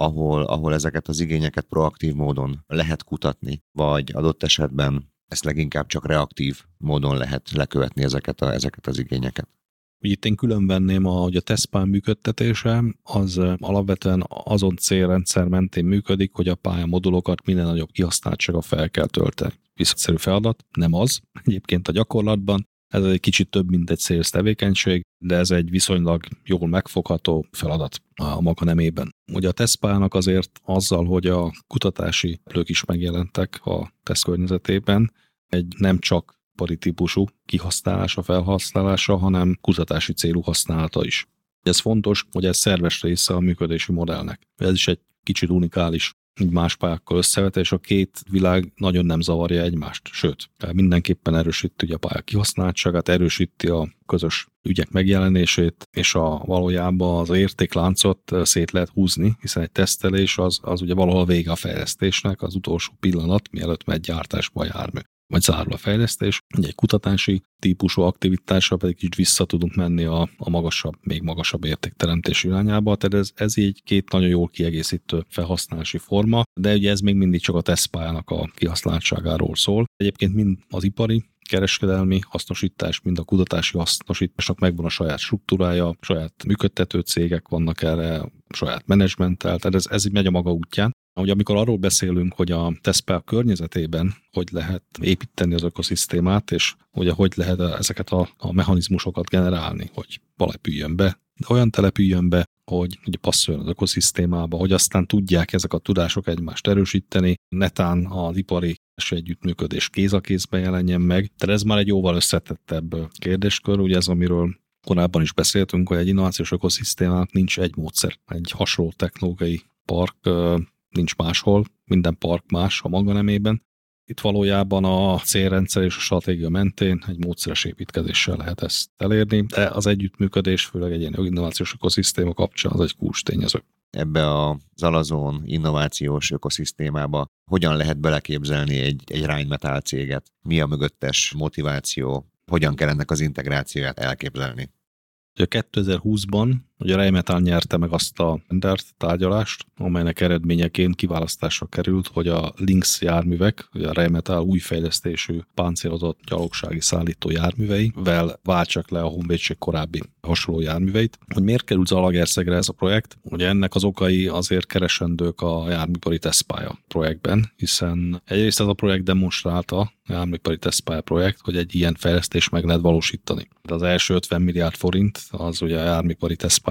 ahol ezeket az igényeket proaktív módon lehet kutatni, vagy adott esetben ezt leginkább csak reaktív módon lehet lekövetni ezeket az igényeket? Itt én külön venném, hogy a tesztpálya működtetése az alapvetően azon célrendszer mentén működik, hogy a pályamodulokat minden nagyobb kihasználtsága fel kell tölteni. Visszaszerű feladat, nem az. Egyébként a gyakorlatban ez egy kicsit több, mint egy sales tevékenység, de ez egy viszonylag jól megfogható feladat a maga nemében. Ugye a tesztpályának azért azzal, hogy a kutatási lők is megjelentek a teszt környezetében, egy nem csak ipari típusú kihasználása, felhasználása, hanem kutatási célú használata is. Ez fontos, hogy ez szerves része a működési modellnek. Ez is egy kicsit unikális, így más pályákkal összevetve, és a két világ nagyon nem zavarja egymást. Sőt, mindenképpen erősíti ugye a pályák kihasználtságát, erősíti a közös ügyek megjelenését, és valójában az értékláncot szét lehet húzni, hiszen egy tesztelés az ugye valahol a vége a fejlesztésnek, az utolsó pillanat, mielőtt megy gyártásba a jármű, vagy zárul a fejlesztés. Egy kutatási típusú aktivitásra pedig kicsit vissza tudunk menni a magasabb, még magasabb értékteremtés irányába. Tehát ez így két nagyon jól kiegészítő felhasználási forma, de ugye ez még mindig csak a tesztpályának a kihasználtságáról szól. Egyébként mind az ipari, kereskedelmi hasznosítás, mind a kutatási hasznosításnak megvan a saját struktúrája, saját működtető cégek vannak erre, saját menedzsmenttel, tehát ez így megy a maga útján. Ugye amikor arról beszélünk, hogy a tesztpálya környezetében hogy lehet építeni az ökoszisztémát, és ugye hogy lehet ezeket a mechanizmusokat generálni, hogy települjön be, de olyan települjön be, hogy ugye passzoljon az ökoszisztémába, hogy aztán tudják ezek a tudások egymást erősíteni, netán az ipari együttműködés kéz a kézben jelenjen meg. Tehát ez már egy jóval összetettebb kérdéskör, ugye ez, amiről korábban is beszéltünk, hogy egy innovációs ökoszisztémának nincs egy módszer, egy hasonló technológiai park nincs máshol, minden park más a maga nemében. Itt valójában a célrendszer és a stratégia mentén egy módszeres építkezéssel lehet ezt elérni, de az együttműködés, főleg egy ilyen innovációs ökoszisztéma kapcsán az egy kulcstényező. Ebbe az Alazon innovációs ökoszisztémába hogyan lehet beleképzelni egy Rheinmetall céget? Mi a mögöttes motiváció? Hogyan kell ennek az integrációját elképzelni? Ugye 2020-ban ugye a Rheinmetall nyerte meg azt a tendert, tárgyalást, amelynek eredményeként kiválasztásra került, hogy a Lynx járművek, ugye a Rheinmetall új fejlesztésű páncélozott gyalogsági szállító járműveivel váltsak le a honvédség korábbi hasonló járműveit. Hogy miért került Zalaegerszegre ez a projekt? Ugye ennek az okai azért keresendők a járműipari tesztpálya projektben, hiszen egyrészt ez a projekt demonstrálta, a járműipari tesztpálya projekt, hogy egy ilyen fejlesztést meg lehet valósítani. De az első 50 milliárd forint az ugye a járműipari tesztpálya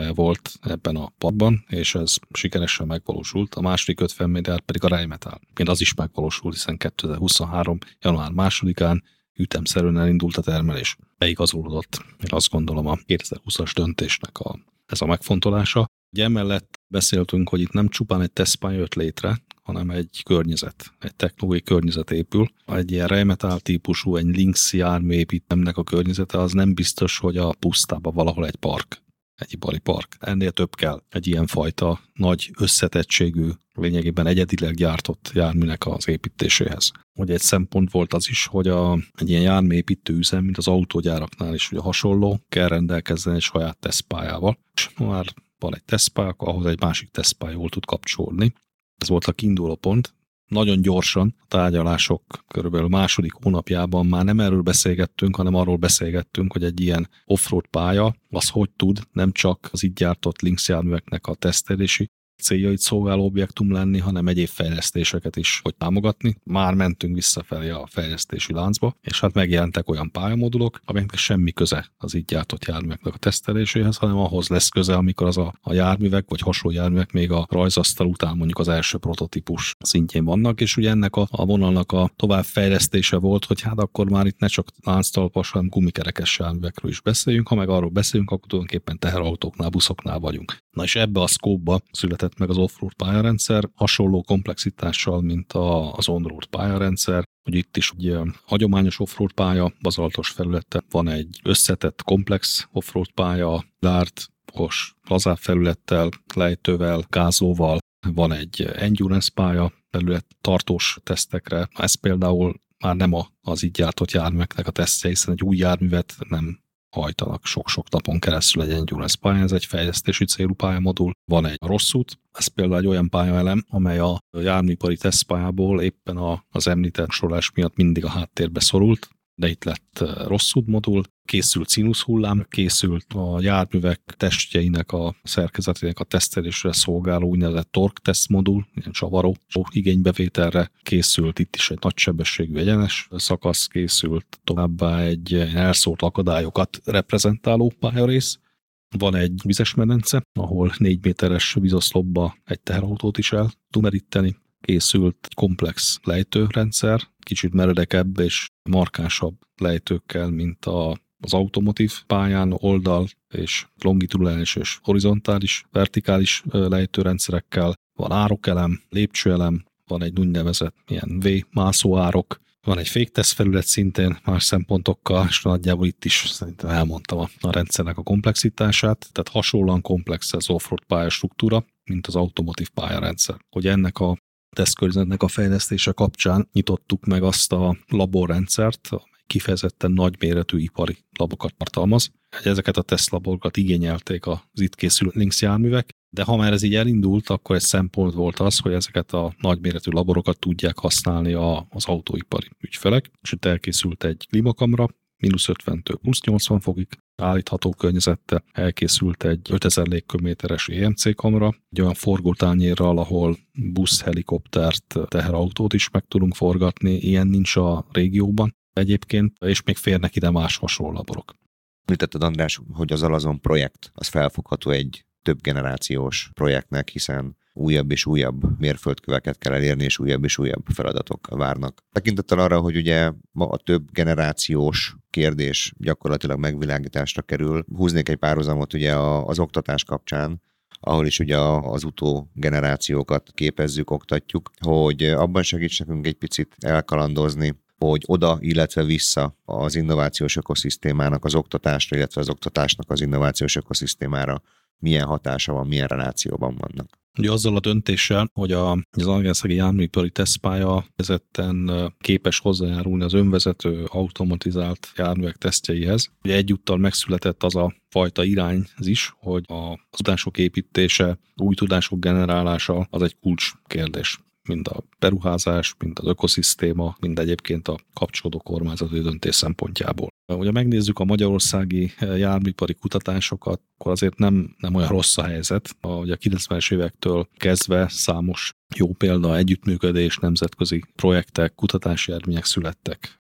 tesztpálya volt ebben a parkban, és ez sikeresen megvalósult. A második 50 méter pedig a Rheinmetall. Az is megvalósult, hiszen 2023. január 2-án ütemszerűen elindult a termelés. Beigazolódott, én azt gondolom, a 2020-as döntésnek ez a megfontolása. Ugye emellett beszéltünk, hogy itt nem csupán egy tesztpálya jött létre, hanem egy környezet, egy technológiai környezet épül. Egy ilyen Rheinmetall típusú, egy Lynx járműépítemnek a környezete az nem biztos, hogy a pusztában valahol egy park, egy ipari park. Ennél több kell egy ilyen fajta nagy összetettségű, lényegében egyedileg gyártott járműnek az építéséhez. Ugye egy szempont volt az is, hogy egy ilyen járműépítő üzem, mint az autógyáraknál is ugye hasonló, kell rendelkezzen egy saját tesztpályával. És már van egy tesztpálya, ahhoz egy másik tesztpálya jól tud kapcsolódni. Ez volt a kiinduló pont. Nagyon gyorsan a tárgyalások körülbelül második hónapjában már nem erről beszélgettünk, hanem arról beszélgettünk, hogy egy ilyen offroad pálya az hogy tud nem csak az itt gyártott Lynx járműveknek a tesztelési céljait szolgáló objektum lenni, hanem egyéb fejlesztéseket is hogy támogatni. Már mentünk visszafelé a fejlesztési láncba, és hát megjelentek olyan pályamodulok, amelyeknek semmi köze az itt gyártott járműveknek a teszteléséhez, hanem ahhoz lesz köze, amikor az a járművek vagy hasonló járművek még a rajzasztal után mondjuk az első prototípus szintjén vannak, és ugye ennek a vonalnak a továbbfejlesztése volt, hogy hát akkor már itt ne csak lánctalpas, hanem gumikerekes járművekről is beszéljünk, ha meg arról beszélünk, akkor tulajdonképpen teherautóknál, buszoknál vagyunk. Na és ebbe a szkópba született meg az off-road pályarendszer, hasonló komplexitással, mint az on-road pályarendszer, hogy itt is ugye hagyományos off-road pálya, bazaltos felülete, van egy összetett komplex off-road pálya, lártkos, lazább felülettel, lejtővel, gázlóval, van egy endurance pálya felület tartós tesztekre. Ez például már nem az így gyártott járműveknek a tesztje, hiszen egy új járművet nem hajtanak sok-sok napon keresztül egy endurance pályán, ez egy fejlesztési célú pályamodul. Van egy rossz út, ez például egy olyan pályaelem, amely a járműipari tesztpályából éppen az említett sorolás miatt mindig a háttérbe szorult, de itt lett rossz út modul, készült színuszhullám, készült a járművek testjeinek a szerkezetének a tesztelésre szolgáló úgynevezett tork test modul, ilyen csavaró igénybevételre készült, itt is egy nagysebességű egyenes szakasz készült, továbbá egy elszórt akadályokat reprezentáló pályarész. Van egy vizes medence, ahol 4 méteres vízoszlopba egy teherautót is el tud meríteni. Készült egy komplex lejtőrendszer, kicsit meredekebb és markánsabb lejtőkkel, mint az automotív pályán, oldal és longitudális és horizontális, vertikális lejtőrendszerekkel. Van árokelem, lépcsőelem, van egy úgynevezett ilyen V-mászóárok, van egy fékteszt felület szintén más szempontokkal, és nagyjából itt is szerintem elmondtam a rendszernek a komplexitását, tehát hasonlóan komplex az off-road pályastruktúra, mint az automotív pályarendszer. Hogy ennek a tesztkörnyezetnek a fejlesztése kapcsán nyitottuk meg azt a laborrendszert, amely kifejezetten nagyméretű ipari labokat tartalmaz. Ezeket a tesztlaborokat igényelték az itt készülő Lynx járművek, de ha már ez így elindult, akkor egy szempont volt az, hogy ezeket a nagyméretű laborokat tudják használni az autóipari ügyfelek, és itt elkészült egy klímakamra, -50-től +80 fokig állítható környezettel, elkészült egy 5000 légköbméteres EMC kamera, egy olyan forgótányérral, ahol busz, helikoptert, teherautót is meg tudunk forgatni, ilyen nincs a régióban egyébként, és még férnek ide más hasonló laborok. Említetted, András, hogy az Alazon projekt az felfogható egy több generációs projektnek, hiszen újabb és újabb mérföldköveket kell elérni, és újabb feladatok várnak. Tekintettel arra, hogy ugye ma a több generációs kérdés gyakorlatilag megvilágításra kerül, húznék egy párhuzamot ugye az oktatás kapcsán, ahol is ugye az utógenerációkat képezzük, oktatjuk, hogy abban segíts nekünk egy picit elkalandozni, hogy oda, illetve vissza az innovációs ökoszisztémának az oktatásra, illetve az oktatásnak az innovációs ökoszisztémára milyen hatása van, milyen relációban vannak. Ugye azzal a döntéssel, hogy az Zalaegerszegi járműipari tesztpálya vezetten képes hozzájárulni az önvezető automatizált járművek tesztjeihez. Ugye egyúttal megszületett az a fajta irány is, hogy az tudások építése, új tudások generálása az egy kulcskérdés. Mind a beruházás, mind az ökoszisztéma, mind egyébként a kapcsolódó kormányzati döntés szempontjából. Ugye megnézzük a magyarországi járműipari kutatásokat, akkor azért nem olyan rossz a helyzet. Ugye a 90-es évektől kezdve számos jó példa, együttműködés, nemzetközi projektek, kutatási eredmények születtek.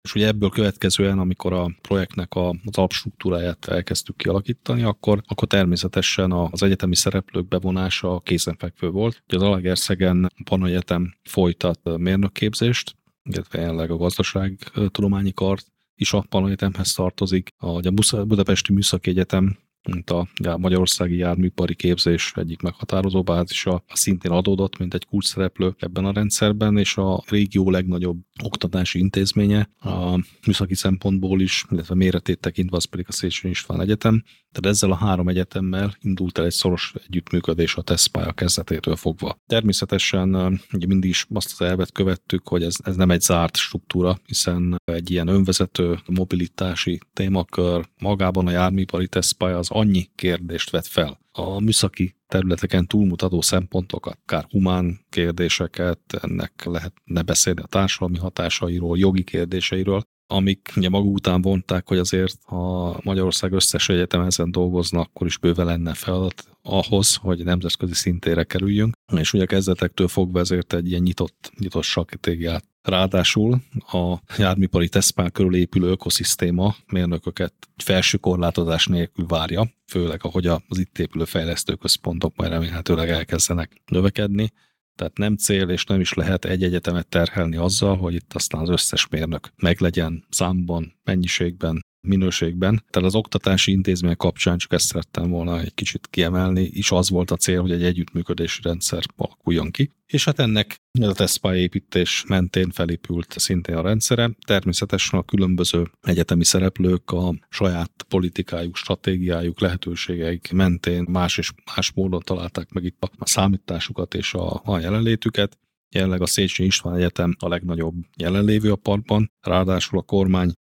És ugye ebből következően, amikor a projektnek az alapstruktúráját elkezdtük kialakítani, akkor természetesen az egyetemi szereplők bevonása kézenfekvő volt. Ugye az Zalaegerszegen a Pannon Egyetem folytat mérnökképzést, illetve jelenleg a gazdaságtudományi kar is a Pannon Egyetemhez tartozik. A Budapesti Műszaki Egyetem, mint a magyarországi járműipari képzés egyik meghatározó bázisa, szintén adódott, mint egy kulcsszereplő ebben a rendszerben, és a régió legnagyobb oktatási intézménye a műszaki szempontból is, illetve méretét tekintve az pedig a Széchenyi István Egyetem. Tehát ezzel a 3 egyetemmel indult el egy szoros együttműködés a tesztpálya kezdetétől fogva. Természetesen ugye mindig is azt az elvet követtük, hogy ez nem egy zárt struktúra, hiszen egy ilyen önvezető mobilitási témakör magában a járműipari tesztpálya az annyi kérdést vet fel. A műszaki területeken túlmutató szempontokat, akár humán kérdéseket, ennek lehetne beszélni a társadalmi hatásairól, jogi kérdéseiről, amik ugye maguk után vonták, hogy azért ha Magyarország összes egyetem ezen dolgozna, akkor is bőven lenne feladat ahhoz, hogy nemzetközi szintére kerüljünk, és ugye kezdetektől fogva ezért egy ilyen nyitott stratégiát. Ráadásul a járműipari tesztpálya körül épülő ökoszisztéma mérnököket felső korlátozás nélkül várja, főleg ahogy az itt épülő fejlesztőközpontok majd remélhetőleg elkezdenek növekedni. Tehát nem cél és nem is lehet egy egyetemet terhelni azzal, hogy itt aztán az összes mérnök meglegyen számban, mennyiségben, minőségben. Tehát az oktatási intézmény kapcsán csak ezt szerettem volna egy kicsit kiemelni, és az volt a cél, hogy egy együttműködési rendszer alakuljon ki. És hát ennek a tesztpályaépítés mentén felépült szintén a rendszere. Természetesen a különböző egyetemi szereplők a saját politikájuk, stratégiájuk, lehetőségeik mentén más és más módon találták meg itt a számításukat és a jelenlétüket. Jelenleg a Széchenyi István Egyetem a legnagyobb jelenlévő a parkban, ráadásul a kormány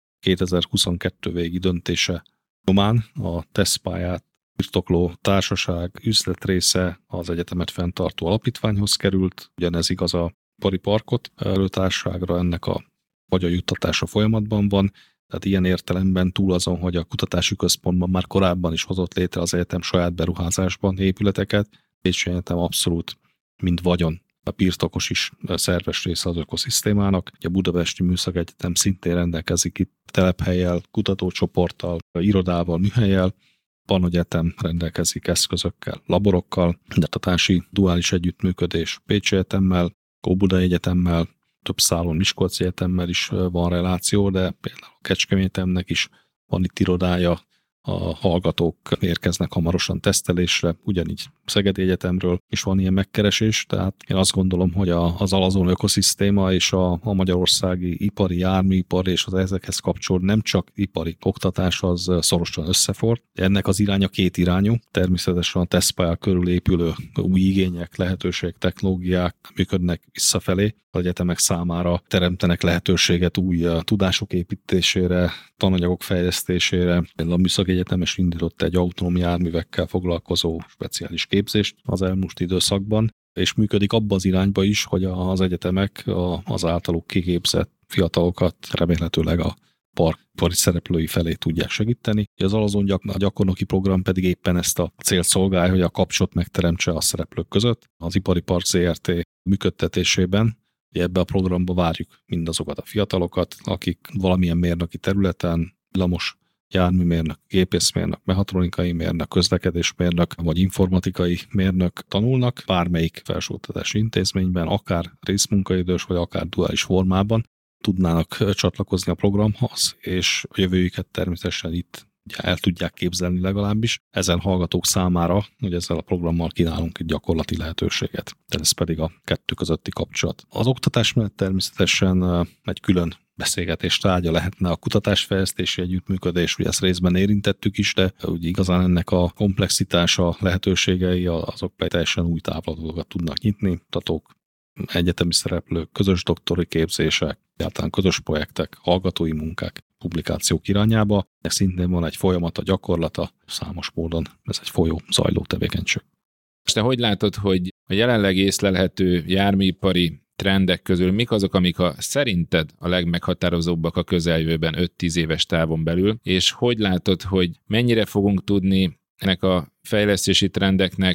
2022 végi döntése nyomán a tesztpályát birtokló társaság üzletrésze az egyetemet fenntartó alapítványhoz került, ugyanez igaz a ipari parkot társaságra, ennek a vagyonjuttatása folyamatban van, tehát ilyen értelemben túl azon, hogy a kutatási központban már korábban is hozott létre az egyetem saját beruházásban épületeket, Pécsi Egyetem abszolút mind vagyon a birtokos is szerves része az ökoszisztémának. A Budapesti Műszaki Egyetem szintén rendelkezik itt telephellyel, kutatócsoporttal, irodával, műhellyel. Pannon Egyetem rendelkezik eszközökkel, laborokkal, oktatási duális együttműködés Pécsi Egyetemmel, Óbudai Egyetemmel, több szálon Miskolci Egyetemmel is van reláció, de például a Kecskemét Egyetemnek is van itt irodája, a hallgatók érkeznek hamarosan tesztelésre, ugyanígy Szegedi Egyetemről is van ilyen megkeresés, tehát én azt gondolom, hogy az alazon ökoszisztéma és a magyarországi ipari járműipar és az ezekhez kapcsolódó nem csak ipari oktatás az szorosan összefort. Ennek az iránya két irányú, természetesen a tesztpálya körül épülő új igények, lehetőségek, technológiák működnek visszafelé, az egyetemek számára teremtenek lehetőséget új tudások építésére, tananyagok fejlesztésére. A Műszaki Egyetem is indított egy autonóm járművekkel foglalkozó speciális képzést az elmúlt időszakban, és működik abba az irányba is, hogy az egyetemek az általuk kiképzett fiatalokat remélhetőleg a park szereplői felé tudják segíteni. Az alazon a gyakornoki program pedig éppen ezt a célt szolgálja, hogy a kapcsot megteremtse a szereplők között. Az Ipari Park ZRT működtetésében ebbe a programba várjuk mindazokat a fiatalokat, akik valamilyen mérnöki területen, villamos járműmérnök, gépészmérnök, mechatronikai mérnök, közlekedésmérnök vagy informatikai mérnök tanulnak bármelyik felsőoktatási intézményben, akár részmunkaidős vagy akár duális formában tudnának csatlakozni a programhoz, és a jövőjüket természetesen itt el tudják képzelni legalábbis. Ezen hallgatók számára, hogy ezzel a programmal kínálunk egy gyakorlati lehetőséget. De ez pedig a kettő közötti kapcsolat. Az oktatás mellett természetesen egy külön beszélgetés tárgya lehetne a kutatásfejlesztési együttműködés, ugye ezt részben érintettük is, de úgy igazán ennek a komplexitása, lehetőségei azok teljesen új távlatokat tudnak nyitni. Kutatók, egyetemi szereplők, közös doktori képzések, egyáltalán közös projektek, hallgatói munkák, publikációk irányába. De szintén van egy folyamata, gyakorlata, számos módon ez egy folyó, zajló tevékenység. És te hogy látod, hogy a jelenleg észlelhető járműipari trendek közül mik azok, amik szerinted a legmeghatározóbbak a közeljövőben 5-10 éves távon belül, és hogy látod, hogy mennyire fogunk tudni ennek a fejlesztési trendeknek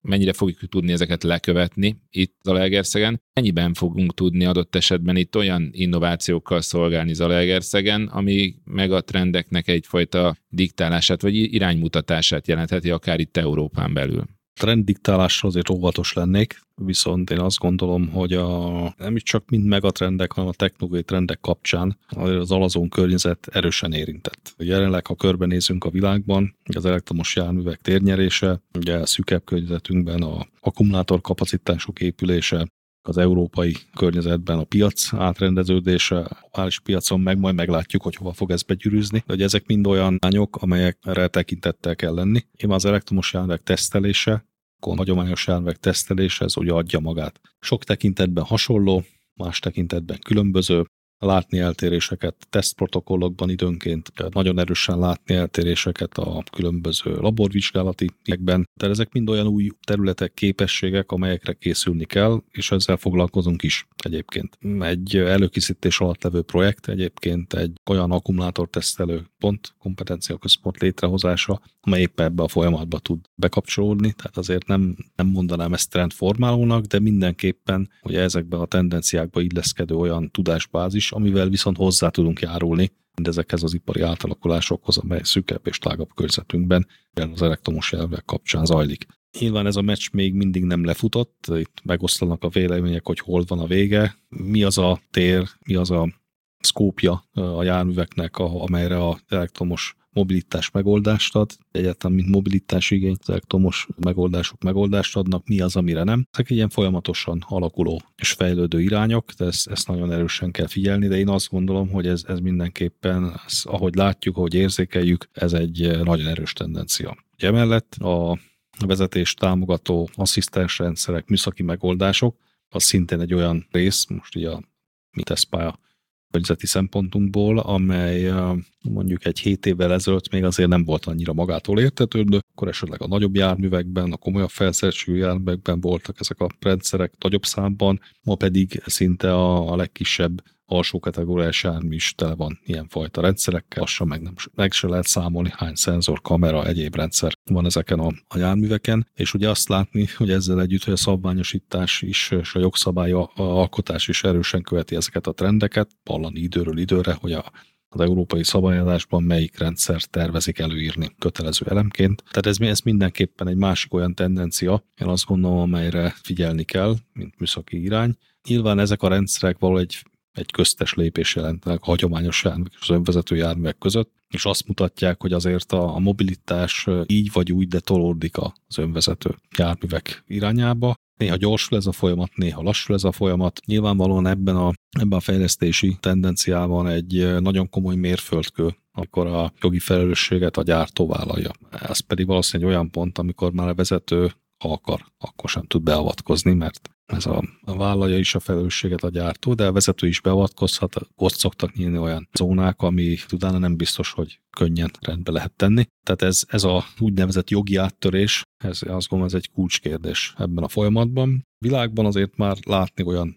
mennyire fogjuk tudni ezeket lekövetni itt Zalaegerszegen, mennyiben fogunk tudni adott esetben itt olyan innovációkkal szolgálni Zalaegerszegen, ami meg a trendeknek egyfajta diktálását vagy iránymutatását jelentheti akár itt Európán belül. Trenddiktálásra azért óvatos lennék, viszont én azt gondolom, hogy nem is csak mind megatrendek, hanem a technológiai trendek kapcsán az alazon környezet erősen érintett. Jelenleg, ha körbenézünk a világban, az elektromos járművek térnyerése, ugye a szűkebb környezetünkben a akkumulátorkapacitások épülése, az európai környezetben a piac átrendeződése, a globális piacon majd meglátjuk, hogy hova fog ez begyűrűzni. De ugye ezek mind olyan lányok, amelyekre tekintettel kell lenni. Én az elektromos járművek tesztelése, a hagyományos járművek tesztelése, ez ugye adja magát. Sok tekintetben hasonló, más tekintetben különböző, látni eltéréseket tesztprotokollokban időnként, nagyon erősen látni eltéréseket a különböző laborvizsgálati ügyekben. De ezek mind olyan új területek, képességek, amelyekre készülni kell, és ezzel foglalkozunk is egyébként. Egy előkészítés alatt levő projekt egyébként egy olyan akkumulátortesztelő kompetenciaközpont létrehozása, amely éppen ebbe a folyamatba tud bekapcsolódni, tehát azért nem mondanám ezt trendformálónak, de mindenképpen ugye ezekben a tendenciákba illeszkedő olyan tudásbázis, amivel viszont hozzá tudunk járulni ezekhez az ipari átalakulásokhoz, amely szűkebb és tágabb környezetünkben az elektromos járművek kapcsán zajlik. Nyilván ez a meccs még mindig nem lefutott, itt megoszlanak a vélemények, hogy hol van a vége, mi az a tér, mi az a szkópja a járműveknek, amelyre az elektromos mobilitás megoldást ad, egyáltalán mint mobilitási igény, az elektromos megoldások megoldást adnak, mi az, amire nem. Ezek ilyen folyamatosan alakuló és fejlődő irányok, de ezt nagyon erősen kell figyelni, de én azt gondolom, hogy ez mindenképpen, ahogy látjuk, ahogy érzékeljük, ez egy nagyon erős tendencia. Ugye emellett a vezetés támogató asszisztens rendszerek, műszaki megoldások, az szintén egy olyan rész, most így a tesztpálya környezeti szempontunkból, amely mondjuk egy 7 évvel ezelőtt még azért nem volt annyira magától értetődő, akkor esetleg a nagyobb járművekben, a komolyabb felszereltségű járművekben voltak ezek a rendszerek nagyobb számban, ma pedig szinte a legkisebb alsó kategóriás jármű is tele van ilyenfajta rendszerekkel, lassan meg se lehet számolni, hány szenzor, kamera, egyéb rendszer van ezeken a járműveken, és ugye azt látni, hogy ezzel együtt, hogy a szabványosítás is, és a jogszabály alkotás is erősen követi ezeket a trendeket, hallani időről időre, hogy az európai szabályozásban melyik rendszer tervezik előírni kötelező elemként. Tehát ez mindenképpen egy másik olyan tendencia, én azt gondolom, amelyre figyelni kell, mint műszaki irány. Nyilván ezek a rendszerek valahogy egy köztes lépés jelentenek a hagyományos járművek és az önvezető járművek között, és azt mutatják, hogy azért a mobilitás így vagy úgy, de tolódik az önvezető járművek irányába. Néha gyorsul ez a folyamat, néha lassul ez a folyamat. Nyilvánvalóan ebben a fejlesztési tendenciában egy nagyon komoly mérföldkő, amikor a jogi felelősséget a gyártó vállalja. Ez pedig valószínűleg egy olyan pont, amikor már a vezető, ha akar, akkor sem tud beavatkozni, mert ez a vállalja is a felelősséget a gyártó, de a vezető is beavatkozhat, ott szoktak nyílni olyan zónák, ami utána nem biztos, hogy könnyen rendbe lehet tenni. Tehát ez a úgynevezett jogi áttörés, azt gondolom, ez egy kulcskérdés ebben a folyamatban. Világban azért már látni olyan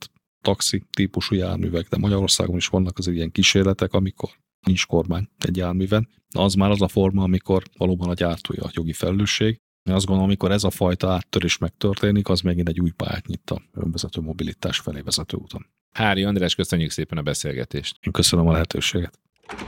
taxi típusú járművek, de Magyarországon is vannak az ilyen kísérletek, amikor nincs kormány egy járműven. Az már az a forma, amikor valóban a gyártója a jogi felelősség. Én azt gondolom, amikor ez a fajta áttörés megtörténik, az megint egy új pályát nyit a önvezető mobilitás felé vezető úton. Hári András, köszönjük szépen a beszélgetést. Én köszönöm a lehetőséget.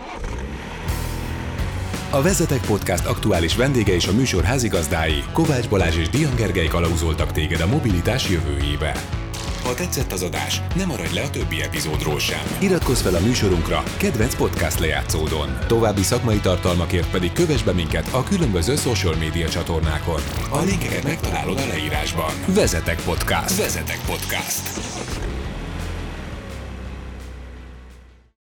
A Vezetek Podcast aktuális vendége és a műsor házigazdái, Kovács Balázs és Dian Gergely kalauzoltak téged a mobilitás jövőjébe. Ha tetszett az adás, ne maradj le a többi epizódról sem. Iratkozz fel a műsorunkra kedvenc podcast lejátszódon. További szakmai tartalmakért pedig kövess be minket a különböző social media csatornákon. A linkeket megtalálod a leírásban. Vezetek Podcast. Vezetek Podcast.